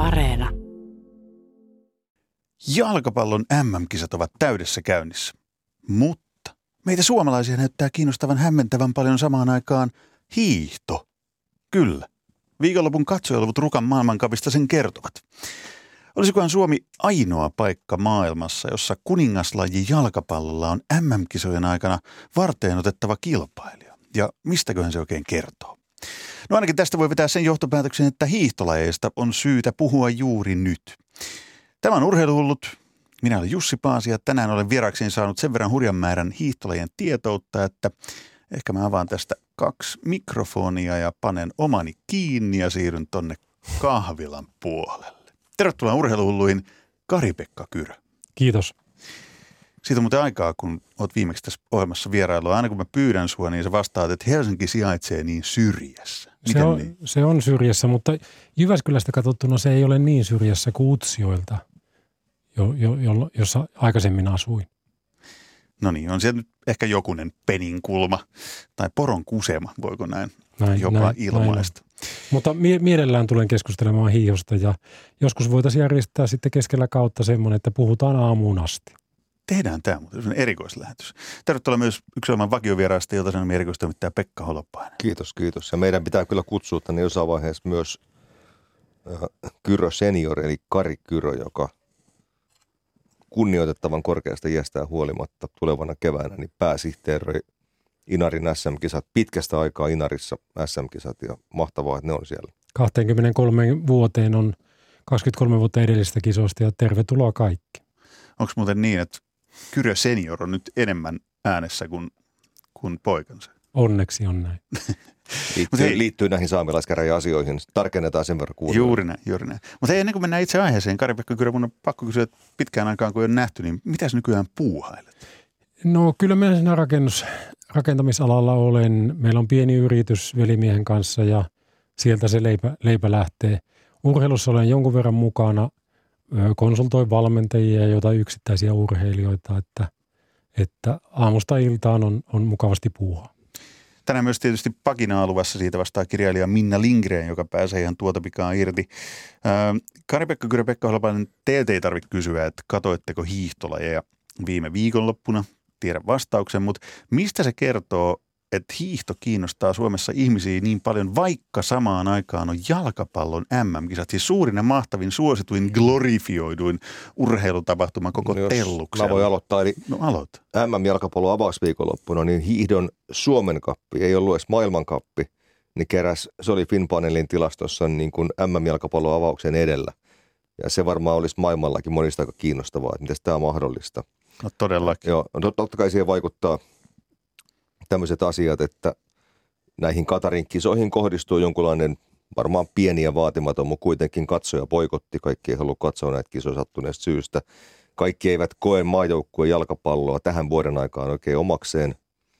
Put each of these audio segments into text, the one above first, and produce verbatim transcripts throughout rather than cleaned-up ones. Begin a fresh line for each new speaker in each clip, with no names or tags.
Areena.
Jalkapallon äm äm-kisat ovat täydessä käynnissä, mutta meitä suomalaisia näyttää kiinnostavan hämmentävän paljon samaan aikaan hiihto. Kyllä, viikonlopun katsojaluvut Rukan maailmancupista sen kertovat. Olisikohan Suomi ainoa paikka maailmassa, jossa kuningaslaji jalkapallolla on äm äm-kisojen aikana varteenotettava kilpailija? Ja mistäköhän se oikein kertoo? No ainakin tästä voi vetää sen johtopäätöksen, että hiihtolajeista on syytä puhua juuri nyt. Tämä on Urheiluhullut. Minä olen Jussi Paasi ja tänään olen vierakseen saanut sen verran hurjan määrän hiihtolajien tietoutta, että ehkä mä avaan tästä kaksi mikrofonia ja panen omani kiinni ja siirryn tonne kahvilan puolelle. Tervetuloa Urheiluhulluihin, Kari-Pekka Kyrö.
Kiitos.
Siitä on muuten aikaa, kun olet viimeksi tässä ohjelmassa vierailua. Aina kun mä pyydän sua, niin sä vastaat, että Helsinki sijaitsee niin syrjässä.
Se on,
niin?
se on syrjässä, mutta Jyväskylästä katsottuna se ei ole niin syrjässä kuin Utsjoelta, jo, jo, jo, jossa aikaisemmin asuin.
No niin, on siellä nyt ehkä jokunen peninkulma tai poron kusema, voiko näin,
näin
jopa
näin,
ilmaista.
Näin mutta mie- mielellään tulen keskustelemaan hiihosta ja joskus voitaisiin järjestää sitten keskellä kautta semmoinen, että puhutaan aamuun asti.
Tehdään tämä, mutta se on erikoislähetys. Tervetuloa myös yksi olemaan vakiovieraasta, jota sanon erikoistoimittaja Pekka Holopainen.
Kiitos, kiitos. Ja meidän pitää kyllä kutsua tänne jossain vaiheessa myös äh, Kyrö senior, eli Kari Kyrö, joka kunnioitettavan korkeasta iästään huolimatta tulevana keväänä niin pääsihteeroi Inarin äs äm-kisat. Pitkästä aikaa Inarissa äs äm-kisat ja mahtavaa, että ne on siellä.
kaksikymmentäkolme vuoteen on kaksikymmentäkolme vuotta edellisestä kisoista ja tervetuloa kaikki.
Onko muuten niin, että Kyrö senior on nyt enemmän äänessä kuin, kuin poikansa?
Onneksi on näin.
Liittyy, liittyy näihin saamelaiskäräjien asioihin. Tarkennetaan sen verran kuulla.
Juuri näin, juuri näin. Mutta ennen kuin mennään itse aiheeseen, Kari-Pekka Kyrö, mun on pakko kysyä, että pitkään aikaan kun ei ole nähty, niin mitäs nykyään puuhailet?
No kyllä minä siinä rakennus, rakentamisalalla olen. Meillä on pieni yritys velimiehen kanssa ja sieltä se leipä, leipä lähtee. Urheilussa olen jonkun verran mukana. Konsultoin valmentajia ja jotain yksittäisiä urheilijoita, että, että aamusta iltaan on, on mukavasti puuhaa.
Tänään myös tietysti pakinaa luvassa, siitä vastaa kirjailija Minna Lindgren, joka pääsee ihan tuota pikaa irti. Ää, Kari-Pekka Kyrö, Pekka Holopainen, teiltä ei tarvitse kysyä, että katoitteko hiihtolajeja viime viikonloppuna? Tiedän vastauksen, mutta mistä se kertoo, että hiihto kiinnostaa Suomessa ihmisiä niin paljon, vaikka samaan aikaan on jalkapallon äm äm-kisat, siis suurin ja mahtavin, suosituin, glorifioiduin urheilutapahtuma koko
no
telluksella.
Mä voin aloittaa, eli
no, aloita.
äm äm-jalkapallon avausviikonloppuna, niin hiihdon Suomen kappi, ei ollut edes maailmankappi, niin keräs, se oli Finnpanelin tilastossa niin kuin äm äm-jalkapallon avauksen edellä. Ja se varmaan olisi maailmallakin monista aika kiinnostavaa, että miten tämä on mahdollista.
No todellakin.
Joo, no totta kai siihen vaikuttaa tämmöiset asiat, että näihin Katarin kisoihin kohdistuu jonkunlainen varmaan pieni ja vaatimaton, mutta kuitenkin katsoja boikotti. Kaikki ei halua katsoa näitä kisoja sattuneesta syystä. Kaikki eivät koe maajoukkueen jalkapalloa tähän vuoden aikaan oikein omakseen,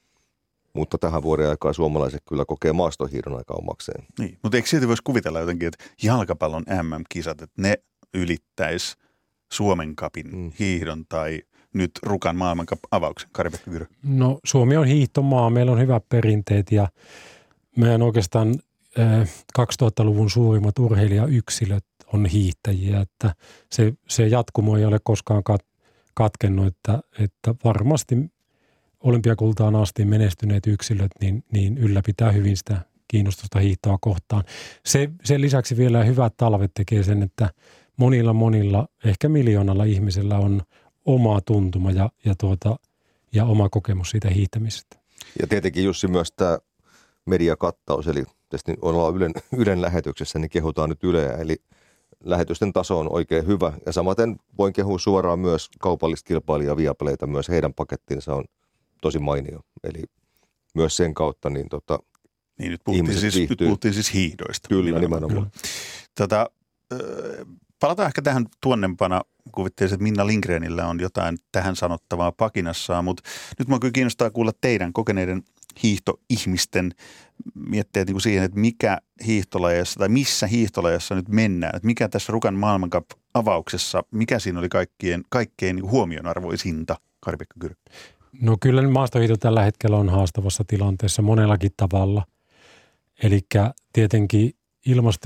mutta tähän vuoden aikaan suomalaiset kyllä kokee maastohiidon aika omakseen.
Niin, mutta eikö silti voisi kuvitella jotenkin, että jalkapallon äm äm-kisat, että ne ylittäisi Suomen kapin mm. hiihdon tai nyt Rukan maailmankap-avauksen, Kari-Pekka Kyrö?
No Suomi on hiihtomaa, meillä on hyvät perinteet ja meidän oikeastaan äh, kaksituhattaluvun suurimmat urheilijayksilöt on hiihtäjiä, että se, se jatkumo ei ole koskaan kat, katkennut, että, että varmasti olympiakultaan asti menestyneet yksilöt niin, niin ylläpitää hyvin sitä kiinnostusta hiihtoa kohtaan. Se, sen lisäksi vielä hyvät talvet tekee sen, että monilla monilla, ehkä miljoonalla ihmisellä on oma tuntuma ja, ja, tuota, ja oma kokemus siitä hiihtämisestä.
Ja tietenkin Jussi myös tämä mediakattaus, eli tästä ollaan Ylen, Ylen lähetyksessä, niin kehutaan nyt Yleä, eli lähetysten taso on oikein hyvä. Ja samaten voin kehua suoraan myös kaupallista kilpailijaa Viaplayta, myös heidän pakettinsa on tosi mainio. Eli myös sen kautta niin tota,
niin nyt puhuttiin, siis, nyt puhuttiin siis hiihdoista.
Kyllä, nimenomaan. nimenomaan.
Tota, palataan ehkä tähän tuonnempana. Kuvittelisin, että Minna Lindgrenillä on jotain tähän sanottavaa pakinassaan, mutta nyt minua kyllä kiinnostaa kuulla teidän kokeneiden hiihtoihmisten mietteet niin kuin siihen, että mikä hiihtolajassa tai missä hiihtolajassa nyt mennään. Että mikä tässä Rukan maailmankap-avauksessa, mikä siinä oli kaikkien, kaikkein niin kuin huomionarvoisinta, Kari-Pekka Kyrö?
No kyllä maastohiihto tällä hetkellä on haastavassa tilanteessa monellakin tavalla. Eli tietenkin ilmasto ja,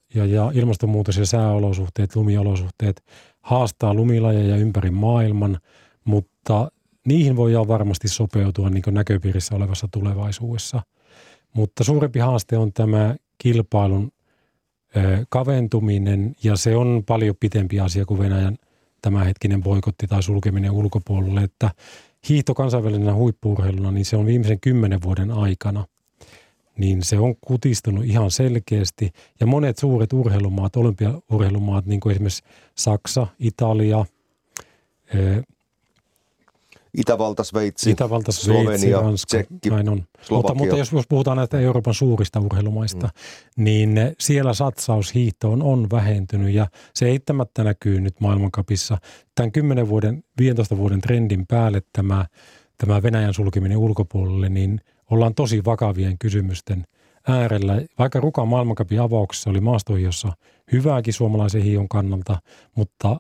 ja, ja ilmastonmuutos ja sääolosuhteet, lumiolosuhteet haastaa lumilajeja ympäri maailman, mutta niihin voidaan varmasti sopeutua niin kuin näköpiirissä olevassa tulevaisuudessa. Mutta suurempi haaste on tämä kilpailun ö, kaventuminen, ja se on paljon pitempi asia kuin Venäjän tämänhetkinen boikotti tai sulkeminen ulkopuolelle, että hiihto kansainvälisenä huippu-urheiluna, niin se on viimeisen kymmenen vuoden aikana, niin se on kutistunut ihan selkeästi. Ja monet suuret urheilumaat, olympiaurheilumaat, niin kuin esimerkiksi Saksa, Italia, ö,
Itävalta, Sveitsi,
Itävalta, Sveitsi,
Slovenia,
Ranska,
Tsekki,
näin on. Mutta, mutta jos, jos puhutaan näistä Euroopan suurista urheilumaista, mm. niin siellä satsaus hiihtoon on vähentynyt, ja se eittämättä näkyy nyt maailmancupissa. Tämän kymmenen vuoden, viisitoista vuoden trendin päälle tämä, tämä Venäjän sulkeminen ulkopuolelle, niin ollaan tosi vakavien kysymysten äärellä. Vaikka Rukan maailmancupin avauksessa oli maastohiihdossa hyvääkin suomalaisen hiihdon kannalta, mutta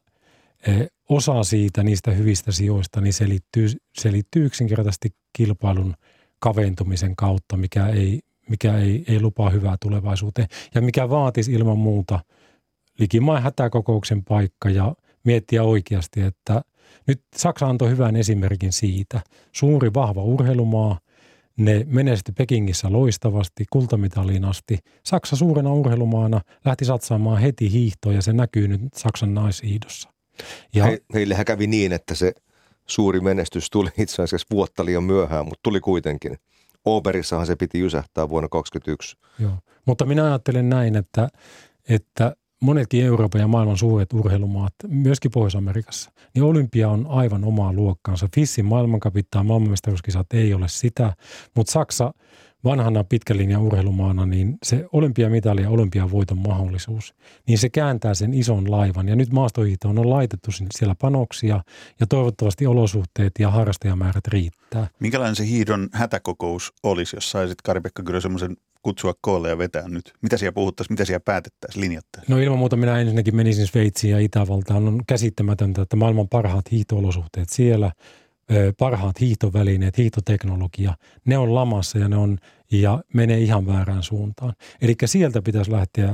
osa siitä, niistä hyvistä sijoista, niin se liittyy, se liittyy yksinkertaisesti kilpailun kaventumisen kautta, mikä ei, mikä ei, ei lupaa hyvää tulevaisuuteen. Ja mikä vaatisi ilman muuta likimain hätäkokouksen paikka ja miettiä oikeasti, että nyt Saksa antoi hyvän esimerkin siitä. Suuri, vahva urheilumaa, ne menestyi Pekingissä loistavasti, kultamitaliin asti. Saksa suurena urheilumaana lähti satsaamaan heti hiihtoon, ja se näkyy nyt Saksan naishiihdossa. Ja
He, heillähän kävi niin, että se suuri menestys tuli itse asiassa vuotta liian myöhään, mutta tuli kuitenkin. Oberissahan se piti jysähtää vuonna kaksikymmentäyksi.
Joo. Mutta minä ajattelen näin, että, että monetkin Euroopan ja maailman suuret urheilumaat, myöskin Pohjois-Amerikassa, niin olympia on aivan omaa luokkaansa. FISin maailmancupit tai maailmanmestaruuskisat ei ole sitä, mutta Saksa vanhana pitkän linjan urheilumaana, niin se olympiamitali ja olympiavoiton mahdollisuus, niin se kääntää sen ison laivan. Ja nyt maastohiihtoon on laitettu siellä panoksia, ja toivottavasti olosuhteet ja harrastajamäärät riittää.
Minkälainen se hiihdon hätäkokous olisi, jos saisit, Kari-Pekka Kyrö, semmoisen kutsua koolle ja vetää nyt? Mitä siellä puhuttaisiin, mitä siellä päätettäisiin, linjattaisiin?
No ilman muuta minä ensinnäkin menisin Sveitsiin ja Itävaltaan. On käsittämätöntä, että maailman parhaat hiihto-olosuhteet siellä, parhaat hiihtovälineet, hiihtoteknologia, ne on lamassa ja ne on ja menee ihan väärään suuntaan. Eli sieltä pitäisi lähteä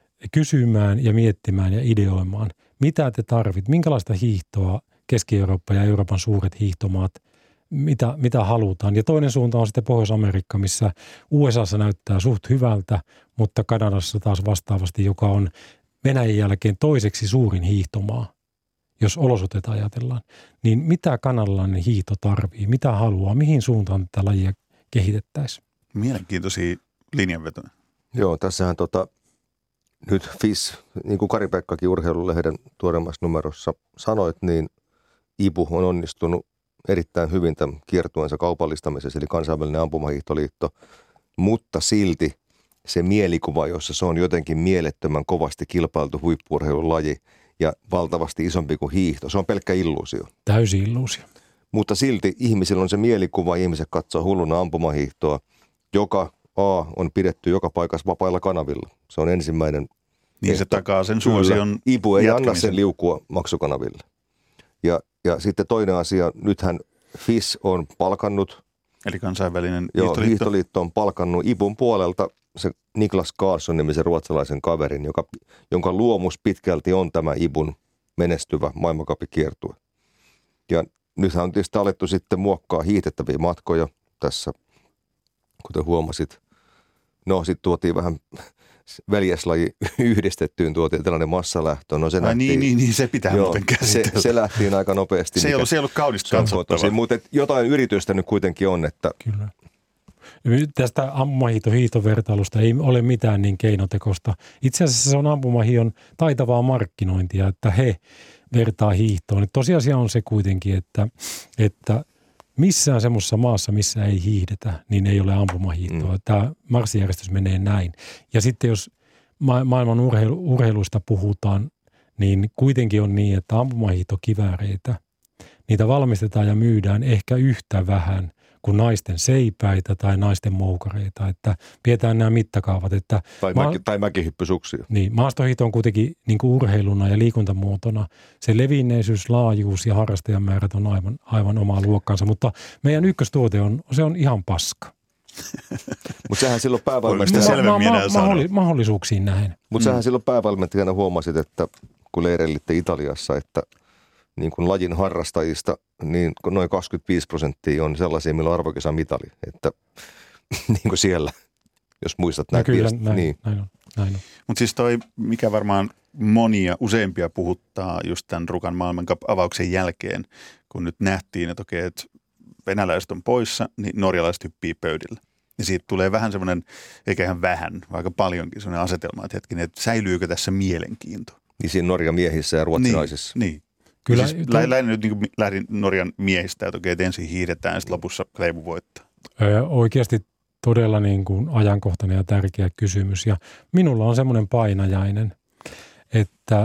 kysymään ja miettimään ja ideoimaan, mitä te tarvit, minkälaista hiihtoa Keski-Eurooppa ja Euroopan suuret hiihtomaat, mitä, mitä halutaan. Ja toinen suunta on sitten Pohjois-Amerikka, missä U S A:ssa näyttää suht hyvältä, mutta Kanadassa taas vastaavasti, joka on Venäjän jälkeen toiseksi suurin hiihtomaa. Jos olosuhteet ajatellaan, niin mitä kanadalainen hiihto tarvii, mitä haluaa, mihin suuntaan tätä lajia kehitettäisiin?
Mielenkiintoisia linjanvetoja.
Joo, tässähän tota, nyt F I S, niin kuin Kari-Pekkakin Urheilulehden tuoreimmassa numerossa sanoit, niin I P U on onnistunut erittäin hyvin tämän kiertueensa kaupallistamisessa, eli kansainvälinen ampumahiihtoliitto, mutta silti se mielikuva, jossa se on jotenkin mielettömän kovasti kilpailtu huippu-urheilulaji, ja valtavasti isompi kuin hiihto. Se on pelkkä illuusio.
Täysi illuusio.
Mutta silti ihmisillä on se mielikuva, ihmiset katsoo hulluna ampumahiihtoa, joka A on pidetty joka paikassa vapailla kanavilla. Se on ensimmäinen.
Niin se takaa sen suosion
I P U ei
jatkamisen.
anna sen liukua maksukanaville. Ja, ja sitten toinen asia, nythän F I S on palkannut,
eli kansainvälinen
joo,
hiihtoliitto.
hiihtoliitto on palkannut I P U:n puolelta se Niklas Karlsson nimisen ruotsalaisen kaverin, joka, jonka luomus pitkälti on tämä I P U:n menestyvä maailmancupikiertue. Ja nythän on tietysti alettu sitten muokkaa hiihdettäviä matkoja tässä, kuten huomasit. No sitten tuotiin vähän veljeslaji yhdistettyyn, tuotiin tällainen massalähtö. No se
Ai
nähtiin,
niin, niin, niin, se pitää
joo,
muuten käsitellä.
Se, se lähtiin aika nopeasti.
Se ei ollut, se ei ollut kaunista katsottavaa.
Mutta jotain yritystä nyt kuitenkin on, että
Kyllä. Tästä ampumahiihto-hiihtovertailusta ei ole mitään niin keinotekosta. Itse asiassa se on ampumahiihdon taitavaa markkinointia, että he vertaa hiihtoon. Tosiasia on se kuitenkin, että, että missään semmoisessa maassa, missä ei hiihdetä, niin ei ole ampumahiihtoa. Mm. Tämä marssijärjestys menee näin. Ja sitten jos ma- maailman urheilu- urheilusta puhutaan, niin kuitenkin on niin, että ampumahiihtokivääreitä, niitä valmistetaan ja myydään ehkä yhtä vähän kuin naisten seipäitä tai naisten moukareita, että pidetään nämä mittakaavat. Että
tai,
ma-
mäki, tai mäkihyppysuksia.
Niin, maastohiihto on kuitenkin niin kuin urheiluna ja liikuntamuotona. Se levinneisyys, laajuus ja harrastajamäärät on aivan, aivan omaa luokkansa, mutta meidän ykköstuote on, se on ihan paska.
Mutta sähän silloin
Sitä
päävalmentajana,
selvemmin enää sanoa.
mahdolli- mahdollisuuksiin nähen.
mut sähän silloin päävalmentajana huomasit, että kun leireilitte Italiassa, että niin kuin lajin harrastajista, niin noin kaksikymmentäviisi prosenttia on sellaisia, millä on arvokisamitali. Että niin kuin siellä, jos muistat
No
näitä
kyllä,
viestit.
näin,
Niin.
näin on. Näin on.
Mutta siis toi, mikä varmaan monia, useimpia puhuttaa just tämän Rukan maailmankap-avauksen jälkeen, kun nyt nähtiin, että okei, että venäläiset on poissa, niin norjalaiset hyppii pöydillä. Ja siitä tulee vähän semmoinen, eikä ihan vähän, vaan aika paljonkin semmoinen asetelma, että hetkinen, että säilyykö tässä mielenkiinto?
Niin siinä Norjan miehissä ja ruotsinaisissa.
Niin, niin.
Kyllä,
Siis
tuo-
lä- lähinnä nyt niin lähdin Norjan miehistä, että okei, että ensin hiihdetään ja sitten lopussa Kleivu voittaa.
Ö, oikeasti todella niin kuin ajankohtainen ja tärkeä kysymys. Ja minulla on semmoinen painajainen, että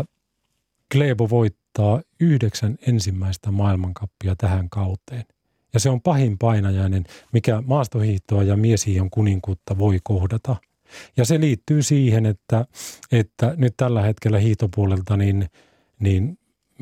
Kleivo voittaa yhdeksän ensimmäistä maailmankappia tähän kauteen. Ja se on pahin painajainen, mikä maastohiihtoa ja mieshiihdon kuninkuutta voi kohdata. Ja se liittyy siihen, että, että nyt tällä hetkellä hiihtopuolelta, niin, niin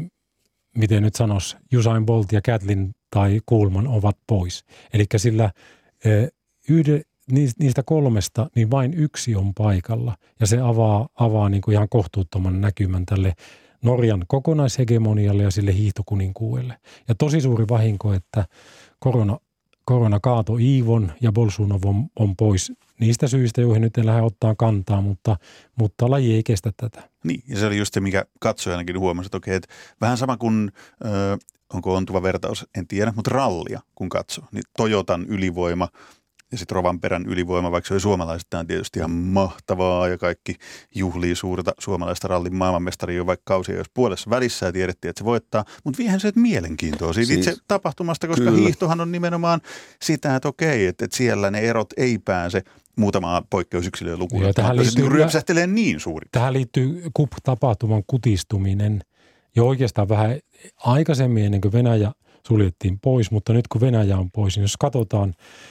miten nyt sanoisi, Usain Bolt ja Catlin tai Kuhlman ovat pois. Eli sillä eh, yhde, niistä kolmesta niin vain yksi on paikalla ja se avaa, avaa niin kuin ihan kohtuuttoman näkymän tälle Norjan kokonaishegemonialle ja sille hiihtokuninkuudelle. Ja tosi suuri vahinko, että korona, korona kaato Iivon ja Bolsunov on, on pois niistä syistä, joihin nyt en lähde ottaa kantaa, mutta, mutta laji ei kestä tätä.
Niin, ja se oli just se, mikä katsojanakin huomasi, että okei, että vähän sama kuin, ö, onko ontuva vertaus, en tiedä, mutta rallia kun katsoo, niin Toyotan ylivoima ja sitten Rovanperän ylivoima, vaikka se oli suomalaiset, tämä on tietysti ihan mahtavaa ja kaikki juhlii suurta suomalaista rallin maailmanmestaria jo vaikka kausia jos puolessa välissä ja tiedettiin, että se voittaa, mutta viihän se mielenkiintoa siitä
Siis,
itse tapahtumasta, koska
kyllä.
hiihtohan on nimenomaan sitä, että okei, että, että siellä ne erot ei pääse muutamaa poikkeusyksilöä lukuun.
Joo, tähän liittyy-
ryöpsähtelee niin suuri.
Tähän liittyy K U P-tapahtuman kutistuminen jo oikeastaan vähän aikaisemmin ennen kuin Venäjä suljettiin pois, mutta nyt kun Venäjä on pois, niin jos katsotaan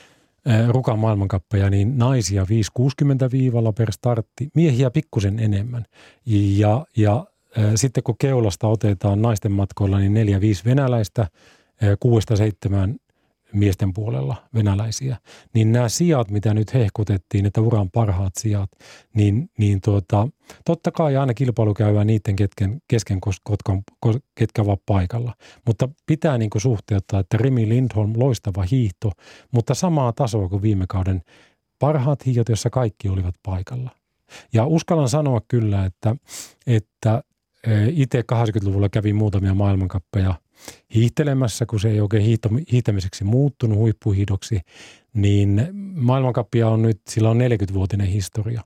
eh, Rukan maailmankappeja, niin naisia viisi kuusikymmentä viivalla per startti, miehiä pikkusen enemmän. Ja, ja eh, sitten kun keulasta otetaan naisten matkoilla, niin neljä viisi venäläistä, eh, kuudesta seitsemään miesten puolella venäläisiä, niin nämä sijat, mitä nyt hehkutettiin, että uran parhaat sijat, niin, niin tuota, totta kai aina kilpailu käydään niiden ketken, kesken, kotkan, ketkä ovat paikalla. Mutta pitää niin kuin suhteuttaa, että Remi Lindholm, loistava hiihto, mutta samaa tasoa kuin viime kauden parhaat hiihdot, jossa kaikki olivat paikalla. Ja uskallan sanoa kyllä, että, että itse kahdeksankymmentäluvulla kävin muutamia maailmankappeja hiihtelemässä, kun se ei oikein hiihto, hiihtämiseksi muuttunut huippuhiihdoksi, niin maailmankappia on nyt, sillä on neljäkymmenvuotinen historia.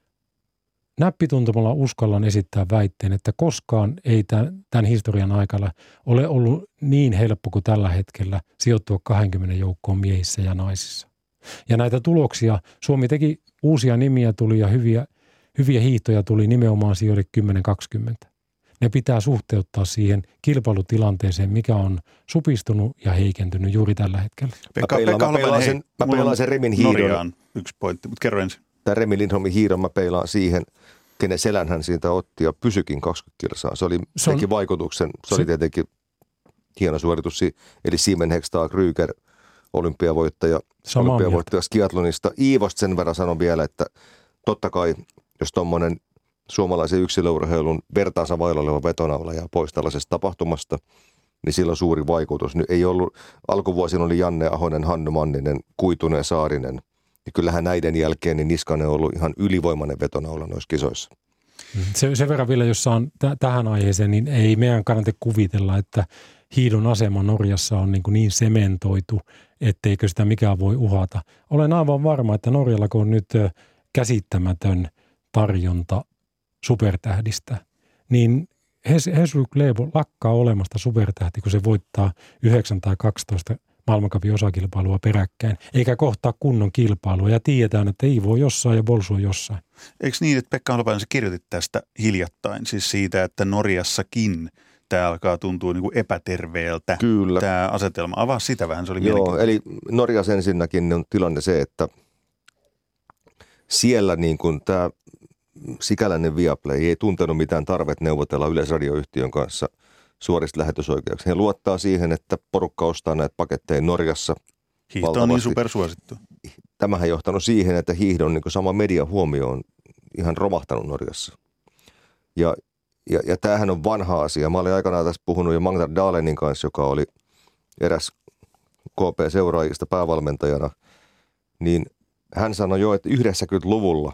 Näppituntumalla uskallan esittää väitteen, että koskaan ei tämän, tämän historian aikana ole ollut niin helppo kuin tällä hetkellä sijoittua kaksikymmentä joukkoon miehissä ja naisissa. Ja näitä tuloksia, Suomi teki uusia nimiä tuli ja hyviä, hyviä hiihtoja tuli nimenomaan sijoille kymmenen kaksikymmentä. Ne pitää suhteuttaa siihen kilpailutilanteeseen, mikä on supistunut ja heikentynyt juuri tällä hetkellä.
Pekka,
Mä peilaan-
Pekka
mä peilaan
Holopainen,
sen-
hei,
mä
mulla
peilaan
on
sen Remin hiidon.
Norjaan yksi pointti, mutta kerro ensin.
Tämä Remi Lindholmin hiidon mä peilaan siihen, kenen selän hän siitä otti ja pysyikin kaksikymmentä kilsaa. Se oli
Se on-
teki vaikutuksen. Se,
se-
oli tietenkin hieno suoritus. Si- Eli Simen Hextall Kryger, olympiavoittaja,
Samaa
olympiavoittaja skiathlonista. Iivosta sen verran sanon vielä, että totta kai, jos tuommoinen suomalaisen yksilöurheilun vertaansa vailla oleva vetonaula jää pois tällaisesta tapahtumasta, niin sillä on suuri vaikutus. Nyt ei ollut, alkuvuosina oli Janne Ahonen, Hannu Manninen, Kuitunen ja Saarinen. Ja kyllähän näiden jälkeen niin Niskanen on ollut ihan ylivoimainen vetonaula noissa kisoissa.
Se, sen verran vielä, jos saan t- tähän aiheeseen, niin ei meidän kannata kuvitella, että hiidon asema Norjassa on niin, kuin niin sementoitu, etteikö sitä mikään voi uhata. Olen aivan varma, että Norjalla kun on nyt ö, käsittämätön tarjonta supertähdistä, niin Hesru Kleivo lakkaa olemasta supertähti, kun se voittaa yhdeksän tai kaksitoista maailmancupin osakilpailua peräkkäin, eikä kohtaa kunnon kilpailua. Ja tiedetään, että Iivo on jossain ja Bolsu on jossain.
Eikö niin, että Pekka Holopainen, sä kirjoitit tästä hiljattain, siis siitä, että Norjassakin tämä alkaa tuntua niin kuin epäterveeltä.
Kyllä.
Tämä asetelma. Avaa sitä vähän, se oli
Joo,
mielenkiintoista.
eli Norjassa ensinnäkin on tilanne se, että siellä niin kuin tämä sikäläinen Viaplay ei tuntenut mitään tarvet neuvotella Yleisradioyhtiön kanssa suorista lähetysoikeuksia. He luottaa siihen, että porukka ostaa näitä paketteja Norjassa
Hiihto on niin
valtavasti.
supersuosittu.
tämähän johtanut siihen, että hiihdon niin sama median huomio on ihan romahtanut Norjassa. Ja, ja, ja tämähän on vanha asia. Mä olin aikanaan tässä puhunut jo Magnar Dalenin kanssa, joka oli eräs K P-seuraajista päävalmentajana, niin hän sanoi jo, että yhdeksänkymmentäluvulla,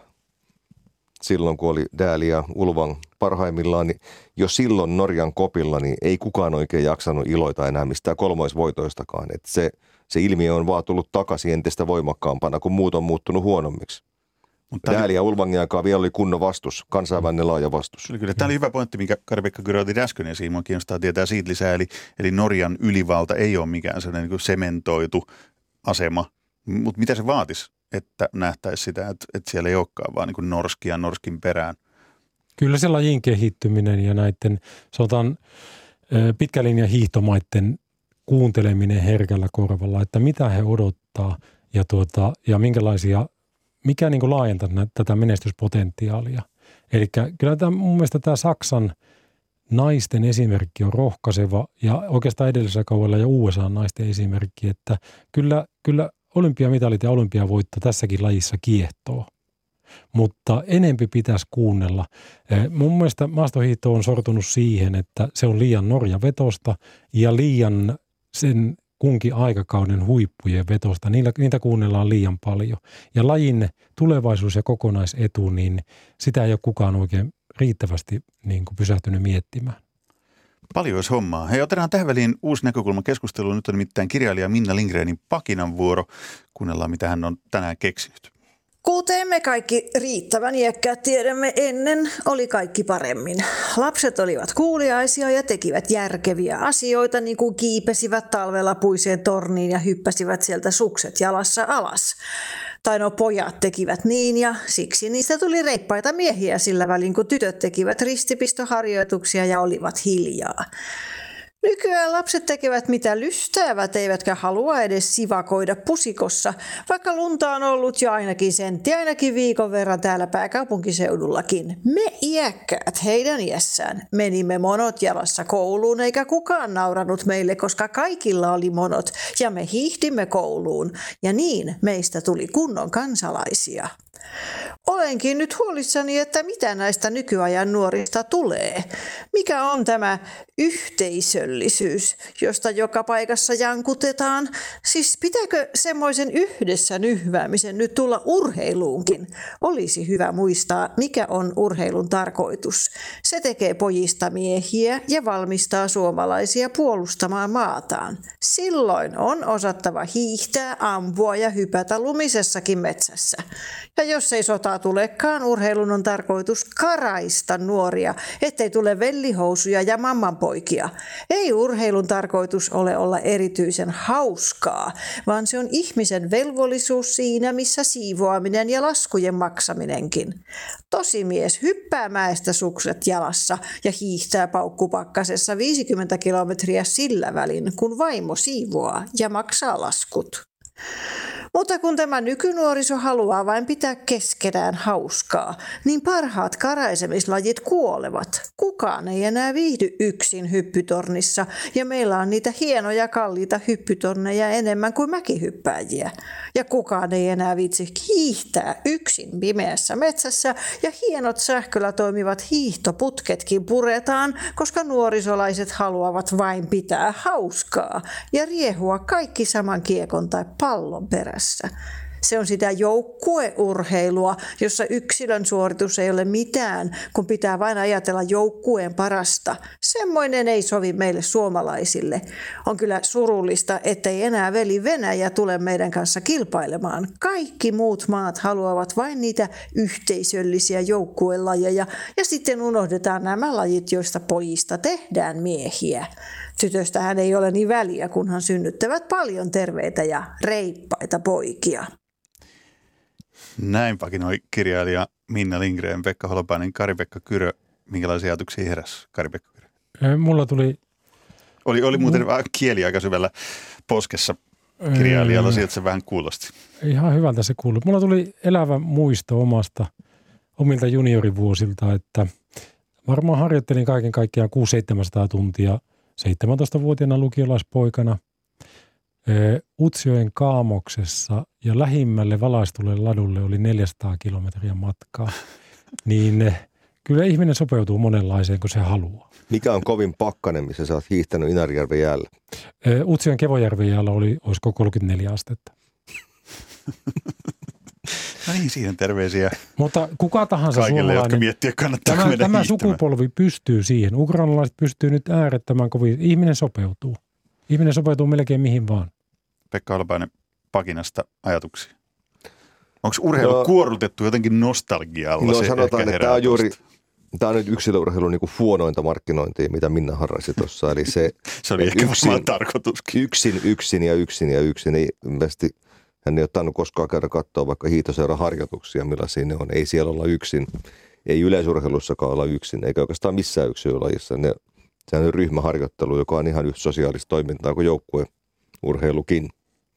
silloin kun oli Dääli ja Ulvang parhaimmillaan, niin jo silloin Norjan kopilla niin ei kukaan oikein jaksanut iloita enää mistään kolmoisvoitoistakaan. Että se, se ilmiö on vaan tullut takaisin entistä voimakkaampana, kun muut on muuttunut huonommiksi. Dääli ja Ulvangin aikaa vielä oli kunnon vastus, kansainvälinen laaja vastus.
Kyllä, kyllä. Tämä oli hyvä pointti, minkä Kari-Pekka Kyrö otit äsken esiin. Minua kiinnostaa tietää siitä lisää. Eli, eli Norjan ylivalta ei ole mikään sellainen niin kuin sementoitu asema. Mutta mitä se vaatisi, että nähtäisi sitä, että, että siellä ei olekaan vaan niin kuin norskia norskin perään?
Kyllä se lajin kehittyminen ja näiden, sanotaan pitkälinjan hiihtomaiden kuunteleminen herkällä korvalla, että mitä he odottaa ja, tuota, ja minkälaisia, mikä niin kuin laajentaa tätä menestyspotentiaalia. Eli kyllä tämä, mun mielestä tämä Saksan naisten esimerkki on rohkaiseva ja oikeastaan edellisellä kaudella ja U S A naisten esimerkki, että kyllä, kyllä olympiamitalit ja olympiavoitto tässäkin lajissa kiehtoo. Mutta enempi pitäisi kuunnella. Mun mielestä maastohiihto on sortunut siihen, että se on liian Norja-vetosta ja liian sen kunkin aikakauden huippujen vetosta. Niillä, niitä kuunnellaan liian paljon. Ja lajin tulevaisuus ja kokonaisetu, niin sitä ei ole kukaan oikein riittävästi niin kuin pysähtynyt miettimään.
Paljon olisi hommaa. Hei, otetaan tähän väliin uusi näkökulma keskusteluun. Nyt on nimittäin kirjailija Minna Lindgrenin Pakinan vuoro. Kuunnellaan, mitä hän on tänään keksinyt.
Kuten me kaikki riittävän iäkkäät tiedämme, ennen oli kaikki paremmin. Lapset olivat kuuliaisia ja tekivät järkeviä asioita, niin kuin kiipesivät talvella puiseen torniin ja hyppäsivät sieltä sukset jalassa alas. Tai no pojat tekivät niin ja siksi niistä tuli reippaita miehiä sillä välin, kun tytöt tekivät ristipistoharjoituksia ja olivat hiljaa. Nykyään lapset tekevät mitä lystäävät, eivätkä halua edes sivakoida pusikossa, vaikka lunta on ollut jo ainakin sentti, ainakin viikon verran täällä pääkaupunkiseudullakin. Me iäkkäät heidän iässään menimme monot jalassa kouluun, eikä kukaan nauranut meille, koska kaikilla oli monot, ja me hiihdimme kouluun, ja niin meistä tuli kunnon kansalaisia. Olenkin nyt huolissani, että mitä näistä nykyajan nuorista tulee. Mikä on tämä yhteisöllisyys, josta joka paikassa jankutetaan? Siis pitääkö semmoisen yhdessä nyhväämisen nyt tulla urheiluunkin? Olisi hyvä muistaa, mikä on urheilun tarkoitus. Se tekee pojista miehiä ja valmistaa suomalaisia puolustamaan maataan. Silloin on osattava hiihtää, ampua ja hypätä lumisessakin metsässä. Ja jos ei sotaa tulekaan, urheilun on tarkoitus karaista nuoria, ettei tule vellihousuja ja mammanpoikia. Ei urheilun tarkoitus ole olla erityisen hauskaa, vaan se on ihmisen velvollisuus siinä, missä siivoaminen ja laskujen maksaminenkin. Tosimies hyppää mäestä sukset jalassa ja hiihtää paukkupakkasessa viisikymmentä kilometriä sillä välin, kun vaimo siivoaa ja maksaa laskut. Mutta kun tämä nykynuoriso haluaa vain pitää keskenään hauskaa, niin parhaat karaisemislajit kuolevat. Kukaan ei enää viihdy yksin hyppytornissa ja meillä on niitä hienoja kalliita hyppytorneja enemmän kuin mäkihyppääjiä. Ja kukaan ei enää viitsi hiihtää yksin pimeässä metsässä ja hienot sähköllä toimivat hiihtoputketkin puretaan, koska nuorisolaiset haluavat vain pitää hauskaa ja riehua kaikki saman kiekon tai pallon perässä. Se on sitä joukkueurheilua, jossa yksilön suoritus ei ole mitään, kun pitää vain ajatella joukkueen parasta. Semmoinen ei sovi meille suomalaisille. On kyllä surullista, ettei enää veli Venäjä tule meidän kanssa kilpailemaan. Kaikki muut maat haluavat vain niitä yhteisöllisiä joukkuelajeja ja sitten unohdetaan nämä lajit, joista pojista tehdään miehiä. Tytöstähän ei ole niin väliä, kunhan synnyttävät paljon terveitä ja reippaita poikia.
Näin pakinoi kirjailija Minna Lindgren, Pekka Holopainen, Kari-Pekka Kyrö. Minkälaisia ajatuksia heräsi, Kari-Pekka Kyrö?
Mulla tuli...
Oli, oli muuten mm. kieli aika syvällä poskessa kirjailijalla, sieltä se vähän kuulosti.
Ihan hyvältä se kuului. Mulla tuli elävä muisto omasta, omilta juniorivuosilta, että varmaan harjoittelin kaiken kaikkiaan kuusi seitsemänsataa tuntia seitsemäntoistavuotiaana lukiolaispoikana. Utsjoen Kaamoksessa ja lähimmälle valaistulle ladulle oli neljäsataa kilometriä matkaa. Niin kyllä ihminen sopeutuu monenlaiseen, kun se haluaa.
Mikä on kovin pakkanen, missä sä oot hiihtänyt Inarijärven jäällä?
Utsjoen Kevojärven jäällä oli, olisiko kolmekymmentäneljä astetta.
No niin, siihen terveisiä.
Mutta kuka tahansa
kaikille,
suomalainen,
jotka miettii, kannattaa
tämä,
mennä
tämä
hiihtämään.
sukupolvi pystyy siihen. Ukrainalaiset pystyy nyt äärettömän kovin. Ihminen sopeutuu. Ihminen sopeutuu melkein mihin vaan.
Pekka Holopainen pakinasta ajatuksia. Onko urheilu
no,
kuorrutettu jotenkin nostalgialla?
No
se
sanotaan, että tämä on juuri,
tosta.
tämä on nyt yksilöurheilun niin kuin huonointa markkinointia, mitä Minna harrasi tuossa. Eli se,
se oli ehkä
yksin,
varmaan tarkoituskin.
Yksin, yksin ja yksin ja yksin. Ei, ilmeisesti hän ei ole tainnut koskaan käydä katsoa vaikka hiihtoseuran harjoituksia, millaisia ne on. Ei siellä olla yksin. Ei yleisurheilussakaan olla yksin, eikä oikeastaan missään yksilölajissa. Ne, sehän on ryhmäharjoittelu, joka on ihan yhtä sosiaalista toimintaa kuin joukkueurheilukin.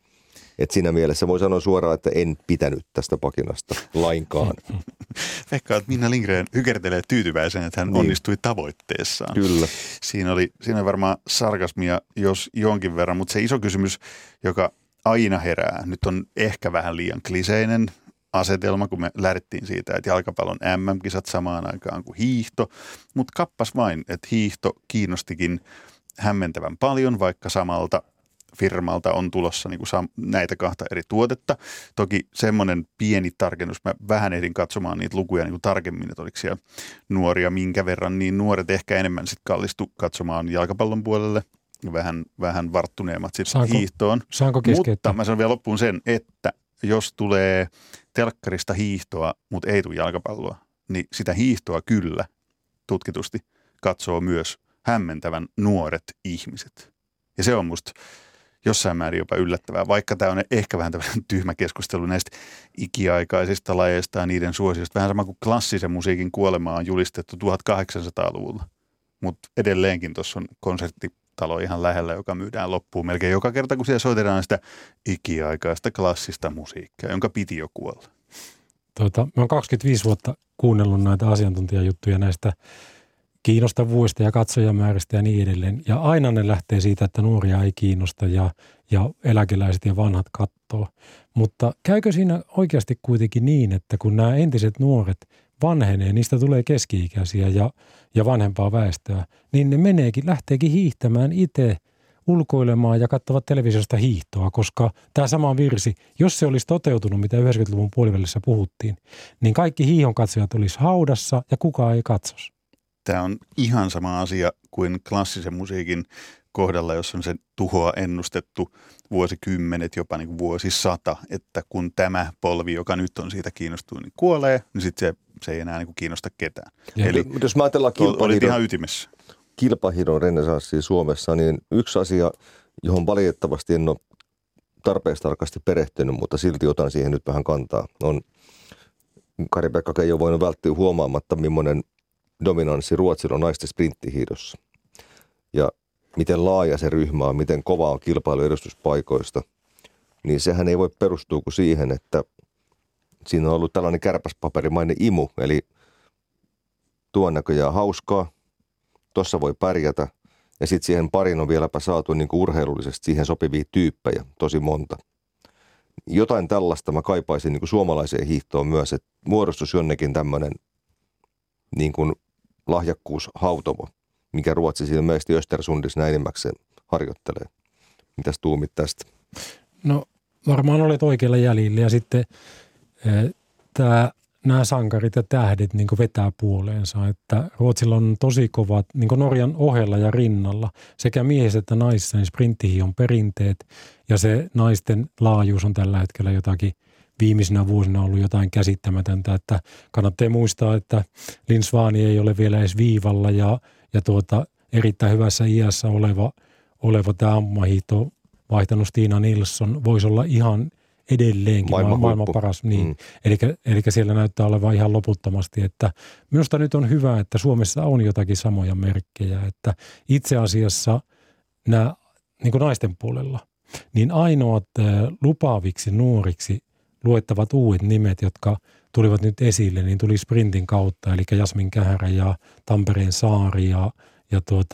Et siinä mielessä voi sanoa suoraan, että en pitänyt tästä pakinasta lainkaan.
Pekka, että Minna Lindgren hykertelee tyytyväisen, että hän
niin.
onnistui tavoitteessaan.
Kyllä.
Siinä oli, siinä oli varmaan sarkasmia, jos jonkin verran, mutta se iso kysymys, joka aina herää, nyt on ehkä vähän liian kliseinen asetelma, kun me lähdettiin siitä, että jalkapallon äm äm-kisat samaan aikaan kuin hiihto, mutta kappas vain, että hiihto kiinnostikin hämmentävän paljon, vaikka samalta firmalta on tulossa niin kuin näitä kahta eri tuotetta. Toki semmoinen pieni tarkennus, mä vähän ehdin katsomaan niitä lukuja niin kuin tarkemmin, että oliko siellä nuoria minkä verran, niin nuoret ehkä enemmän sitten kallistu katsomaan jalkapallon puolelle, vähän, vähän varttuneemmat sitten hiihtoon.
Saanko keskeyttää?
Mutta mä sanon vielä loppuun sen, että jos tulee telkkarista hiihtoa, mutta ei tule jalkapalloa, niin sitä hiihtoa kyllä tutkitusti katsoo myös hämmentävän nuoret ihmiset. Ja se on musta jossain määrin jopa yllättävää, vaikka tämä on ehkä vähän tämmöinen tyhmä keskustelu näistä ikiaikaisista lajeista ja niiden suosiosta. Vähän sama kuin klassisen musiikin kuolema on julistettu tuhatkahdeksansataaluvulla, mutta edelleenkin tuossa on konserttitalo ihan lähellä, joka myydään loppuun melkein joka kerta, kun siellä soitetaan sitä ikiaikaista klassista musiikkia, jonka piti jo kuolla.
Tuota, mä oon kaksikymmentäviisi vuotta kuunnellut näitä asiantuntijajuttuja näistä kiinnostavuudesta ja katsojamääristä ja niin edelleen. Ja aina ne lähtee siitä, että nuoria ei kiinnosta ja, ja eläkeläiset ja vanhat kattoo. Mutta käykö siinä oikeasti kuitenkin niin, että kun nämä entiset nuoret vanhenee, niistä tulee keski-ikäisiä ja, ja vanhempaa väestöä, niin ne meneekin, lähteekin hiihtämään itse ulkoilemaan ja katsovat televisiosta hiihtoa, koska tämä sama virsi, jos se olisi toteutunut, mitä yhdeksänkymmentäluvun puolivälissä puhuttiin, niin kaikki hiihon katsojat olisi haudassa ja kukaan ei katsos.
Tämä on ihan sama asia kuin klassisen musiikin kohdalla, jos on se tuhoa ennustettu vuosikymmenet, jopa niin kuin vuosisata, että kun tämä polvi, joka nyt on siitä kiinnostunut, niin kuolee, niin sitten se, se ei enää niin kuin kiinnosta ketään.
Ja eli jos mä ajatellaan
kilpahiidon, ihan ytimessä.
kilpahiidon renesanssia Suomessa, niin yksi asia, johon valitettavasti en ole tarpeeksi tarkasti perehtynyt, mutta silti otan siihen nyt vähän kantaa, on Kari-Pekka ei ole voinut välttyä huomaamatta, millainen dominanssi Ruotsilla on naisten sprinttihiidossa. Ja miten laaja se ryhmä on, miten kova on kilpailu edustuspaikoista, niin sehän ei voi perustua kuin siihen, että siinä on ollut tällainen kärpäspaperimainen imu, eli tuon näköjään hauskaa, tuossa voi pärjätä, ja sitten siihen parin on vieläpä saatu niin kuin urheilullisesti siihen sopivia tyyppejä, tosi monta. Jotain tällaista mä kaipaisin niin kuin suomalaiseen hiihtoon myös, että muodostus jonnekin tämmöinen niin kuin lahjakkuushautomo, mikä Ruotsissa ilmeisesti Östersundissa enimmäkseen harjoittelee. Mitäs tuumit tästä?
No varmaan olet oikealla jäljellä ja sitten e, tämä, nämä sankarit ja tähdet niin kuin vetää puoleensa, että Ruotsilla on tosi kovat niin kuin Norjan ohella ja rinnalla sekä miehissä että naisissa niin sprinttihion perinteet ja se naisten laajuus on tällä hetkellä jotakin viimeisinä vuosina ollut jotain käsittämätöntä, että kannattaa muistaa, että Linn Svani ei ole vielä edes viivalla ja, ja tuota, erittäin hyvässä iässä oleva, oleva tämä ampumahiihto vaihtanut Stina Nilsson voisi olla ihan edelleenkin maailman, maailman paras. Niin. Mm. Eli siellä näyttää olevan ihan loputtomasti, että minusta nyt on hyvä, että Suomessa on jotakin samoja merkkejä, että itse asiassa nämä niin kuin naisten puolella, niin ainoat lupaaviksi nuoriksi luettavat uudet nimet, jotka tulivat nyt esille, niin tuli sprintin kautta, eli Jasmin Kähärä ja Tampereen Saari ja, ja tuota,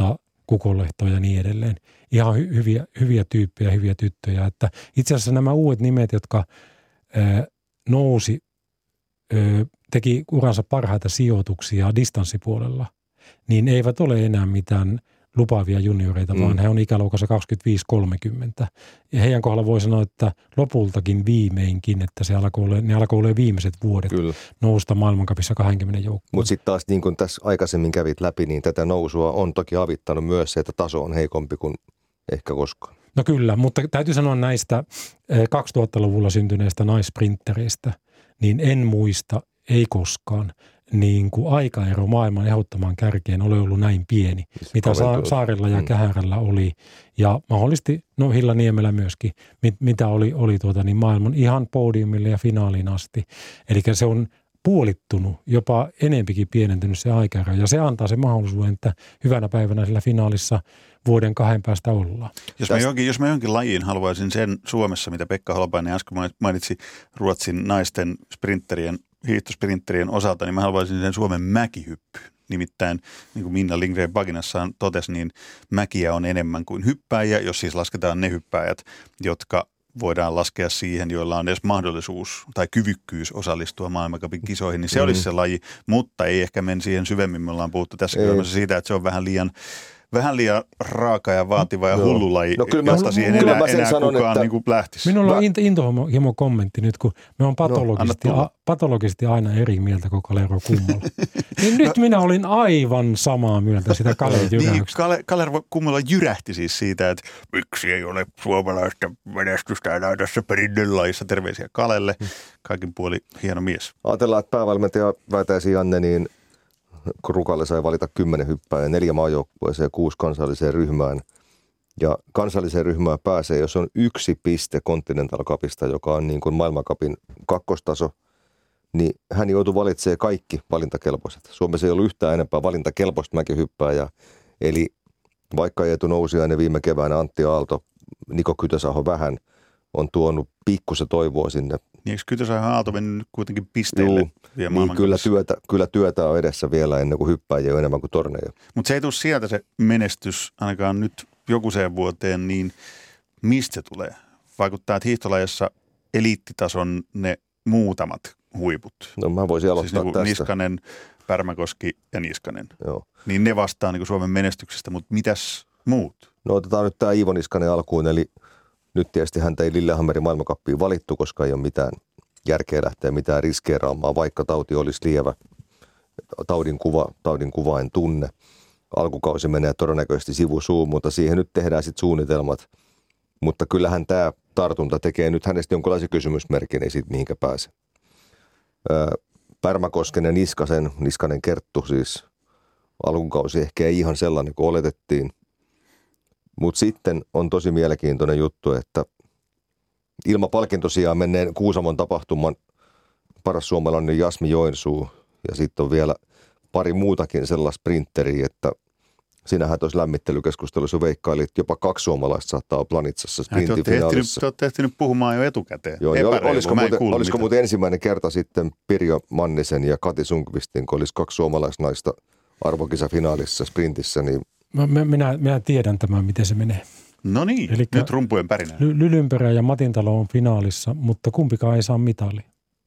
Kukonlehtoa ja niin edelleen. Ihan hy- hyviä, hyviä tyyppejä, hyviä tyttöjä. Että itse asiassa nämä uudet nimet, jotka ää, nousi, ää, teki uransa parhaita sijoituksia distanssipuolella, niin eivät ole enää mitään lupaavia junioreita, mm. vaan he on ikäluokassa kaksikymmentäviisi kolmekymmentä. Ja heidän kohdalla voi sanoa, että lopultakin viimeinkin, että se alkoi ole, ne alkoi olla viimeiset vuodet Kyllä. nousta maailmancupissa kaksikymmentä joukkoon.
Mutta sitten taas niin kuin tässä aikaisemmin kävit läpi, niin tätä nousua on toki avittanut myös se, että taso on heikompi kuin ehkä koskaan.
No kyllä, mutta täytyy sanoa näistä kaksituhattaluvulla syntyneistä naissprintereistä, niin en muista, ei koskaan, niin kuin aikaero maailman ehdottomaan kärkeen ole ollut näin pieni, se mitä Sa- Saarella ja mm. Kähärällä oli. Ja mahdollisesti, no Hilla Niemelä myöskin, mit, mitä oli, oli tuota, niin maailman ihan podiumille ja finaaliin asti. Eli se on puolittunut, jopa enempikin pienentynyt se aikaero. Ja se antaa se mahdollisuuden, että hyvänä päivänä sillä finaalissa vuoden kahden päästä ollaan.
Jos mä, jonkin, jos mä jonkin lajiin haluaisin sen Suomessa, mitä Pekka Holopainen äsken mainitsi Ruotsin naisten sprinterien, hiihtosprinterien osalta, niin mä haluaisin sen Suomen mäkihyppyyn. Nimittäin, niin kuin Minna Lindgren Baginassaan totesi, niin mäkiä on enemmän kuin hyppääjiä, jos siis lasketaan ne hyppääjät, jotka voidaan laskea siihen, joilla on edes mahdollisuus tai kyvykkyys osallistua maailmancupin kisoihin, niin se mm. olisi se laji, mutta ei ehkä mene siihen syvemmin. Me ollaan puhuttu tässä kylmässä siitä, että se on vähän liian Vähän liian raaka ja vaativa ja hullu laji,
no, kyllä
josta
mä,
siihen
kyllä
enää, enää
sanon,
kukaan
että
niin kuin lähtisi.
Minulla on intohimo kommentti nyt, kun me on patologisesti, no, a, patologisesti aina eri mieltä kuin Kalervo Kummola. Niin nyt no, minä olin aivan samaa mieltä sitä Kalervo jyrähyksestä.
Niin, Kalervo Kummola jyrähti siis siitä, että miksi ei ole suomalaista menestystä enää tässä perinnönlajissa. Terveisiä Kalelle, kaikin puoli hieno mies.
Ajatellaan, että päävalmentaja Väitäisi Janne, niin Rukalle sai valita kymmenen hyppää, neljä maajoukkueeseen ja kuusi kansalliseen ryhmään. Ja kansalliseen ryhmään pääsee, jos on yksi piste Continental Cupista, joka on niin kuin maailmancupin kakkostaso, niin hän joutuu valitsemaan kaikki valintakelpoiset. Suomessa ei ollut yhtään enempää valintakelpoista mäkihyppääjää. Eli vaikka Eetu Nousiainen viime keväänä, Antti Aalto, Niko Kytösaho vähän on tuonut pikkusen toivoa sinne.
Niin eikö Kytösaho Aalto mennyt kuitenkin pisteille?
Juu, niin kyllä työtä, kyllä työtä on edessä vielä ennen kuin hyppääjiä on enemmän kuin torneja.
Mutta se ei tule sieltä se menestys, ainakaan nyt jokuseen vuoteen, niin mistä se tulee? Vaikuttaa, että hiihtolajassa eliittitason ne muutamat huiput.
No mä voisin aloittaa
siis niin
tästä.
Niskanen, Pärmäkoski ja Niskanen.
Joo.
Niin ne vastaa niin kuin Suomen menestyksestä, mutta mitäs muut?
No otetaan nyt tämä Iivo Niskanen alkuun, eli nyt tietysti häntä ei Lillehammerin maailmancuppiin valittu, koska ei ole mitään järkeä lähteä mitään riskeeraamaan, vaikka tauti olisi lievä. Taudin kuva, taudin kuva en tunne. Alkukausi menee todennäköisesti sivusuun, mutta siihen nyt tehdään sitten suunnitelmat. Mutta kyllähän tämä tartunta tekee nyt hänestä jonkinlaisen kysymysmerkin, ei siitä mihinkä pääse. Pärmäkosken ja Niskasen, Niskanen Kerttu siis alkukausi ehkä ei ihan sellainen kuin oletettiin. Mutta sitten on tosi mielenkiintoinen juttu, että ilmapalkintosijaan menneen Kuusamon tapahtuman paras suomalainen Jasmi Joensuu ja sitten on vielä pari muutakin sellaista sprinteriä, että sinähän tuossa lämmittelykeskustelussa veikkailit, että jopa kaksi suomalaista saattaa olla Planitsassa sprintifinaalissa.
Te olette ehtinyt puhumaan jo etukäteen.
Joo, niin olisiko, muuten, olisiko muuten ensimmäinen kerta sitten Pirjo Mannisen ja Kati Sundqvistin, kun olisi kaksi suomalaisnaista arvokisafinaalissa sprintissä, niin
Mä, minä, minä tiedän tämän, miten se menee.
No niin, Elikkä nyt rumpujen pärinää.
Ly- Lylynperä ja Matintalo on finaalissa, mutta kumpikaan ei saa mitalia.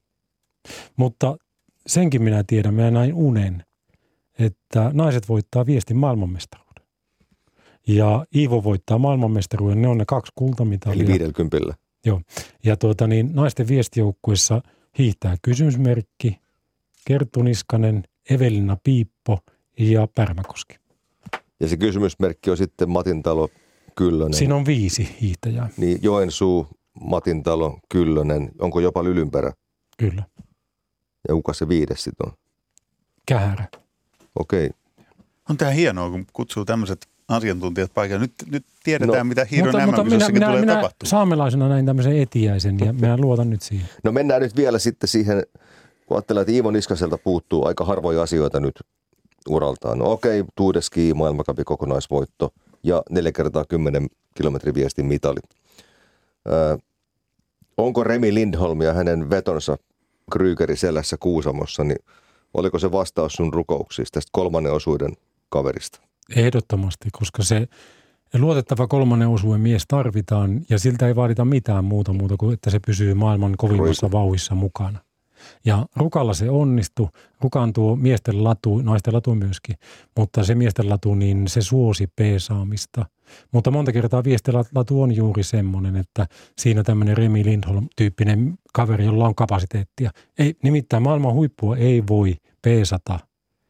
Mutta senkin minä tiedän, minä näin unen, että naiset voittaa viestin maailmanmestaruuden. Ja Iivo voittaa maailmanmestaruuden, ne on ne kaksi kultamitalia.
Eli viidelkympillä.
Joo, ja tuota niin, naisten viestijoukkuessa hiihtää kysymysmerkki, Kerttu Niskanen, Evelina Piippo ja Pärmäkoski.
Ja se kysymysmerkki on sitten Matintalo, Kyllönen.
Siinä on viisi hiihtäjää.
Niin Joensuu, Matintalo, Kyllönen, onko jopa Lylynperä?
Kyllä.
Ja kuka se viides sitten on?
Kähärä.
Okei. Okay.
On tämä hienoa, kun kutsuu tämmöiset asiantuntijat paikalle. Nyt, nyt tiedetään, no, mitä hiiron
M M-kisossakin
tulee
minä
tapahtumaan.
Saamelaisena näin tämmöisen etiäisen ja minä luotan nyt siihen.
No mennään nyt vielä sitten siihen, kun ajatellaan, että Iivo Niskaselta puuttuu aika harvoja asioita nyt uraltaan. No okei, okay, Tour de Ski, maailmancupin kokonaisvoitto ja neljä kertaa kymmenen kilometrin viestin mitali. Öö, onko Remi Lindholm ja hänen vetonsa Krygeri selässä Kuusamossa, niin oliko se vastaus sun rukouksista tästä kolmannen osuuden kaverista?
Ehdottomasti, koska se luotettava kolmannen osuuden mies tarvitaan ja siltä ei vaadita mitään muuta muuta kuin, että se pysyy maailman kovimmassa vauhissa mukana. Ja Rukalla se onnistui. Rukan tuo miesten latu, naisten latu myöskin, mutta se miesten latu, niin se suosi peesaamista. Mutta monta kertaa miesten latu on juuri semmoinen, että siinä tämmöinen Remi Lindholm-tyyppinen kaveri, jolla on kapasiteettia. Ei, nimittäin maailman huippua ei voi peesata,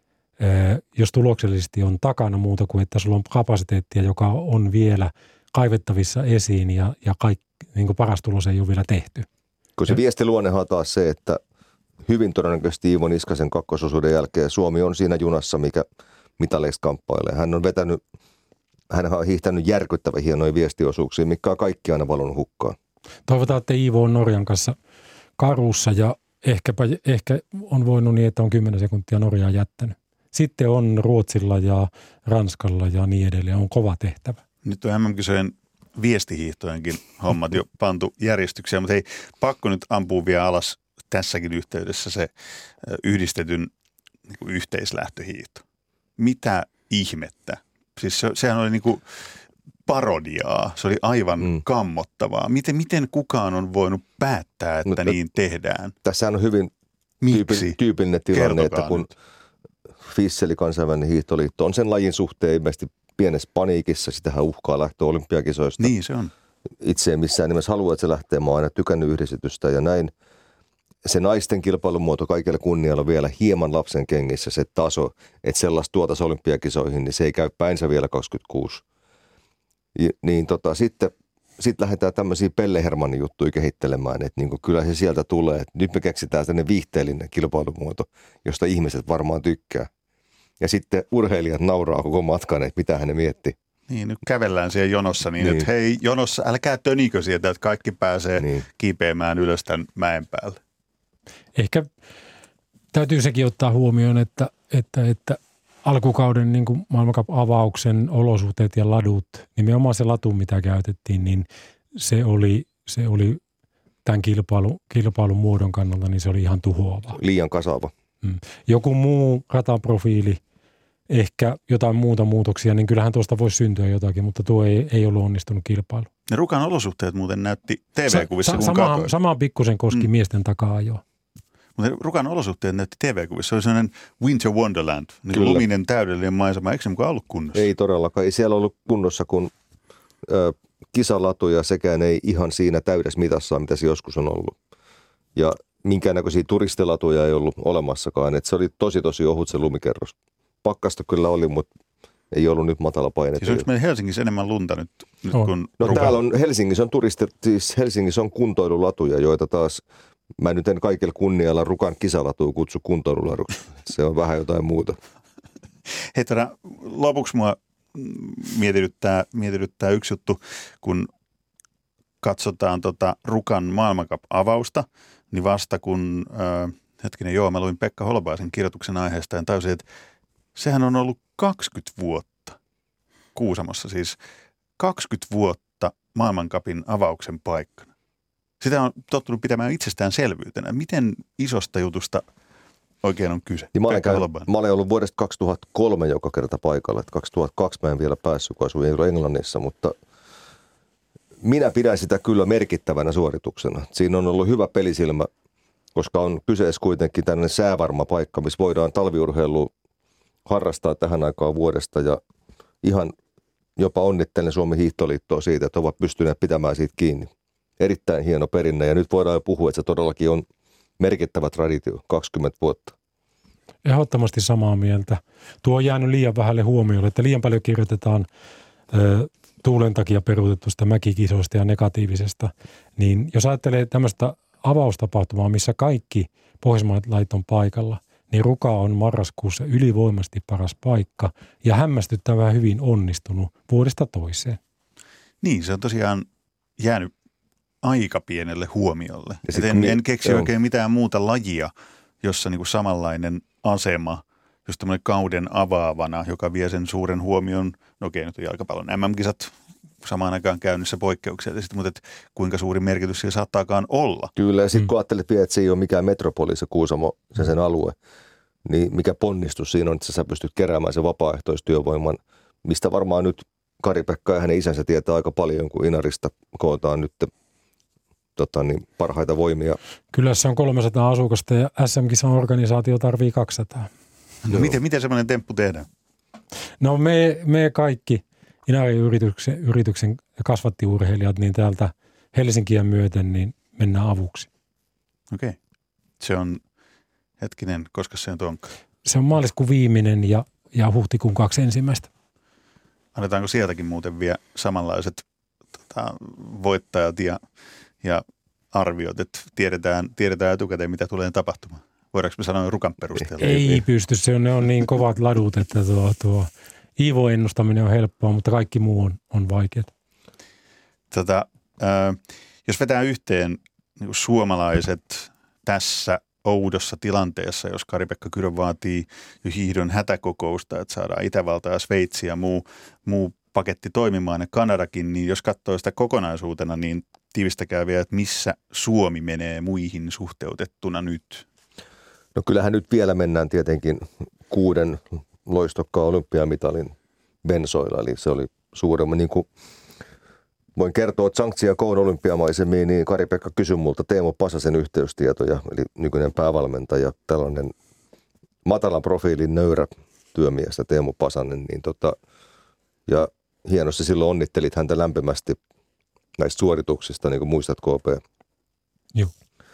jos tuloksellisesti on takana muuta kuin, että sulla on kapasiteettia, joka on vielä kaivettavissa esiin ja, ja kaikki, niin kuin paras tulos ei ole vielä tehty.
Kun se viestiluonnehan on taas se, että hyvin todennäköisesti Iivo Niskasen kakkososuuden jälkeen Suomi on siinä junassa, mikä mitaleiksi kamppailee. Hän on vetänyt, hän on hiihtänyt järkyttävän hienoja viestiosuuksia, mikä on kaikki aina valunut hukkaan.
Toivotaan, että Iivo on Norjan kanssa karussa ja ehkäpä, ehkä on voinut niin, että on kymmenen sekuntia Norjaa jättänyt. Sitten on Ruotsilla ja Ranskalla ja niin edelleen. On kova tehtävä.
Nyt on M M-kisojen viestihiihtojenkin hommat jo pantu järjestykseen, mutta hei, pakko nyt ampua vielä alas tässäkin yhteydessä se yhdistetyn niin kuin yhteislähtöhiihto. Mitä ihmettä? Siis se, sehän oli niin kuin parodiaa. Se oli aivan mm. kammottavaa. Miten, miten kukaan on voinut päättää, että no, niin tehdään?
Tässä on hyvin tyypillinen, tyypillinen tilanne, Kertokaa että kun nyt. Fisseli, kansainvälinen hiihtoliitto, on sen lajin suhteen ilmeisesti pienessä paniikissa. Sitähän uhkaa lähtö olympiakisoista.
Niin se on.
Itse ei missään nimessä halua, että se lähtee. Mä oon aina tykännyt yhdistetystä ja näin. Se naisten kilpailumuoto kaikille kunnialla vielä hieman lapsen kengissä se taso, että sellaista tuotaisi olympiakisoihin, niin se ei käy päinsä vielä kaksikymmentäkuusi. Ja, niin tota, sitten sit lähdetään tämmöisiä Pelle Hermannin juttuja kehittelemään, että niin kyllä se sieltä tulee. Että nyt me keksitään tämmöinen viihteellinen kilpailumuoto, josta ihmiset varmaan tykkää. Ja sitten urheilijat nauraa koko matkan, että mitä hän miettii.
Niin, nyt kävellään siellä jonossa niin, niin. että hei jonossa, älkää tönikö sieltä, että kaikki pääsee niin. kiipeämään ylös tämän mäen päälle.
Ehkä täytyy sekin ottaa huomioon, että, että, että alkukauden niin kuin maailmankap-avauksen olosuhteet ja ladut, nimenomaan se latu, mitä käytettiin, niin se oli, se oli tämän kilpailu, kilpailun muodon kannalta, niin se oli ihan tuhoava.
Liian kasaava.
Joku muu rataprofiili, ehkä jotain muuta muutoksia, niin kyllähän tuosta voisi syntyä jotakin, mutta tuo ei, ei ollut onnistunut kilpailu.
Ne Rukan olosuhteet muuten näytti T V-kuvissa,
sa-
kun
sama,
katsoin.
Samaan pikkusen koski mm. miesten takaa jo.
Mutta Rukan olosuhteet näytti T V-kuvissa. Se oli sellainen Winter Wonderland, niin luminen täydellinen maisema. Eikö se mukaan ollut kunnossa?
Ei todellakaan. Ei siellä ollut kunnossa, kun ö, kisalatuja sekään ei ihan siinä täydessä mitassa, mitä se joskus on ollut. Ja minkäännäköisiä turistilatuja ei ollut olemassakaan. Et se oli tosi tosi ohut se lumikerros. Pakkasta kyllä oli, mutta ei ollut nyt matala paine.
Siis onko meillä Helsingissä enemmän lunta nyt, nyt
on.
kuin
No
Rukan?
täällä on Helsingissä on turisti, siis Helsingissä on kuntoilulatuja, joita taas mä nyt en kaikilla kunnialla Rukan kisalatua kutsu kuntoiluladuksi. Se on vähän jotain muuta.
Hei tada, lopuksi mua mietityttää, mietityttää yksi juttu, kun katsotaan tota Rukan maailmankap-avausta, niin vasta kun, äh, hetkinen joo, mä luin Pekka Holopaisen kirjoituksen aiheesta ja tajusin, että sehän on ollut kaksikymmentä vuotta Kuusamossa, siis kaksikymmentä vuotta maailmankapin avauksen paikkana. Sitä on tottunut pitämään itsestäänselvyytenä. Miten isosta jutusta oikein on kyse?
Niin mä, olen käyn, mä olen ollut vuodesta kaksituhattakolme joka kerta paikalla. Että kaksituhattakaksi mä en vielä päässyt, kun asuin Englannissa, mutta minä pidän sitä kyllä merkittävänä suorituksena. Siinä on ollut hyvä pelisilmä, koska on kyseessä kuitenkin tällainen säävarma paikka, missä voidaan talviurheilua harrastaa tähän aikaan vuodesta ja ihan jopa onnittelen Suomen hiihtoliittoa siitä, että ovat pystyneet pitämään siitä kiinni. Erittäin hieno perinne ja nyt voidaan jo puhua, että se todellakin on merkittävä traditio, kaksikymmentä vuotta.
Ehdottomasti samaa mieltä. Tuo on jäänyt liian vähälle huomiolle, että liian paljon kirjoitetaan ö, tuulen takia peruutetusta mäkikisoista ja negatiivisesta. Niin jos ajattelee tämmöistä avaustapahtumaa, missä kaikki pohjoismaalaiset on paikalla, niin Ruka on marraskuussa ylivoimasti paras paikka ja hämmästyttävän hyvin onnistunut vuodesta toiseen.
Niin, se on tosiaan jäänyt aika pienelle huomiolle. En,
niin,
en keksi oikein on. mitään muuta lajia, jossa niinku samanlainen asema, just tämmöinen kauden avaavana, joka vie sen suuren huomion, no okei, nyt on jalkapallon M M-kisat samaan aikaan käynnissä poikkeuksellisesti, mutta et kuinka suuri merkitys siellä saattaakaan olla.
Kyllä, ja sitten mm. kun ajattelet vielä, että se ei ole mikään metropoli, se Kuusamo, se sen alue, niin mikä ponnistus siinä on, että sä pystyt keräämään sen vapaaehtoistyövoiman mistä varmaan nyt Kari-Pekka ja hänen isänsä tietää aika paljon, kun Inarista kootaan nyt tota, niin, parhaita voimia.
Kyllä se on kolmesataa asukasta ja S M-kisan organisaatio tarvii kaksisataa.
No miten, miten semmoinen temppu tehdään?
No me, me kaikki Inarin yrityksen, yrityksen kasvattiurheilijat, niin täältä Helsinkiä myöten niin mennään avuksi.
Okei. Se on, hetkinen, koska se on onkaan?
Se on maaliskuun viimeinen ja, ja huhtikuun kaksi ensimmäistä.
Annetaanko sieltäkin muuten vielä samanlaiset tota, voittajat ja, ja arviot, että tiedetään, tiedetään etukäteen, mitä tulee tapahtumaan? Voidaanko me sanoa rukan perusteella?
Ei, ei pysty, se on, ne on niin kovat ladut, että tuo, tuo Iivo-ennustaminen on helppoa, mutta kaikki muu on, on vaikeaa.
Tota, äh, jos vetää yhteen niin suomalaiset tässä oudossa tilanteessa, jos Kari-Pekka Kyrö vaatii jo hiihdon hätäkokousta, että saadaan Itävalta ja Sveitsi ja muu, muu paketti toimimaan ja Kanadakin, niin jos katsoo sitä kokonaisuutena, niin tiivistäkää vielä, että missä Suomi menee muihin suhteutettuna nyt?
No kyllähän nyt vielä mennään tietenkin kuuden loistokkaan olympiamitalin bensoilla, eli se oli suuremma. Niin kuin voin kertoa Zhangzi ja Koon olympiamaisemiin, niin Kari-Pekka kysyi multa Teemu Pasasen yhteystietoja, eli nykyinen päävalmentaja, tällainen matalan profiilin nöyrä työmies Teemu Pasanen, niin tota, ja hienosti silloin onnittelit häntä lämpimästi näistä suorituksista, niin kuin muistat K P.
Joo.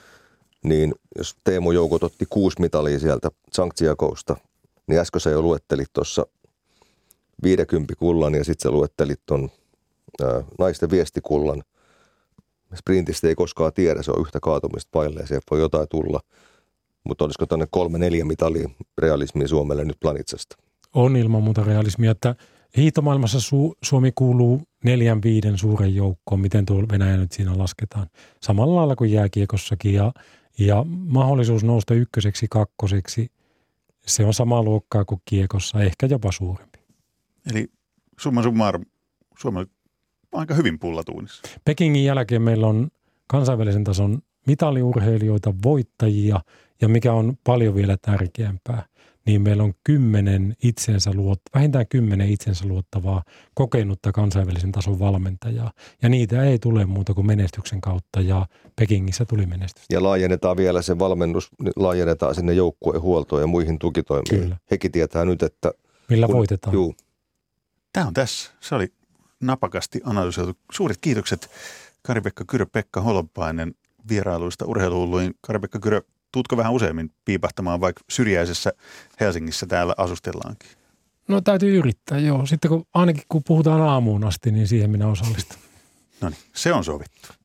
Niin jos Teemu joukot otti kuusi mitalia sieltä Zhangjiakousta, niin äsken sä jo luettelit tuossa viidenkympin kullan ja sitten sä luettelit ton ää, naisten viestikullan. Sprintistä ei koskaan tiedä, se on yhtä kaatumista pailleen, siellä voi jotain tulla. Mutta olisiko tänne kolme neljä mitalia realismia Suomelle nyt Planitsasta?
On ilman muuta realismia, että hiihtomaailmassa Su- Suomi kuuluu neljän viiden suuren joukkoon, miten tuo Venäjä nyt siinä lasketaan. Samalla lailla kuin jääkiekossakin ja, ja mahdollisuus nousta ykköseksi, kakkoseksi, se on samaa luokkaa kuin kiekossa, ehkä jopa suurempi.
Eli summa summarum, Suomi on aika hyvin pullatuunissa.
Pekingin jälkeen meillä on kansainvälisen tason mitaliurheilijoita, voittajia ja mikä on paljon vielä tärkeämpää, niin meillä on kymmenen itsensä luot, vähintään kymmenen itsensä luottavaa kokenutta kansainvälisen tason valmentajaa. Ja niitä ei tule muuta kuin menestyksen kautta ja Pekingissä tuli menestys.
Ja laajennetaan vielä se valmennus, laajennetaan sinne joukkuehuoltoon ja muihin tukitoimiin.
Kyllä.
Hekin tietää nyt, että
Millä
kun,
voitetaan.
Juu,
Tämä on tässä. Se oli napakasti analysoitu. Suuret kiitokset Kari-Pekka Kyrö, Pekka Holopainen vierailuista Urheiluhulluihin. Kari-Pekka Kyrö, tuutko vähän useammin piipahtamaan, vaikka syrjäisessä Helsingissä täällä asustellaankin?
No täytyy yrittää, joo. Sitten kun, ainakin kun puhutaan aamuun asti, niin siihen minä osallistun.
No niin, se on sovittu.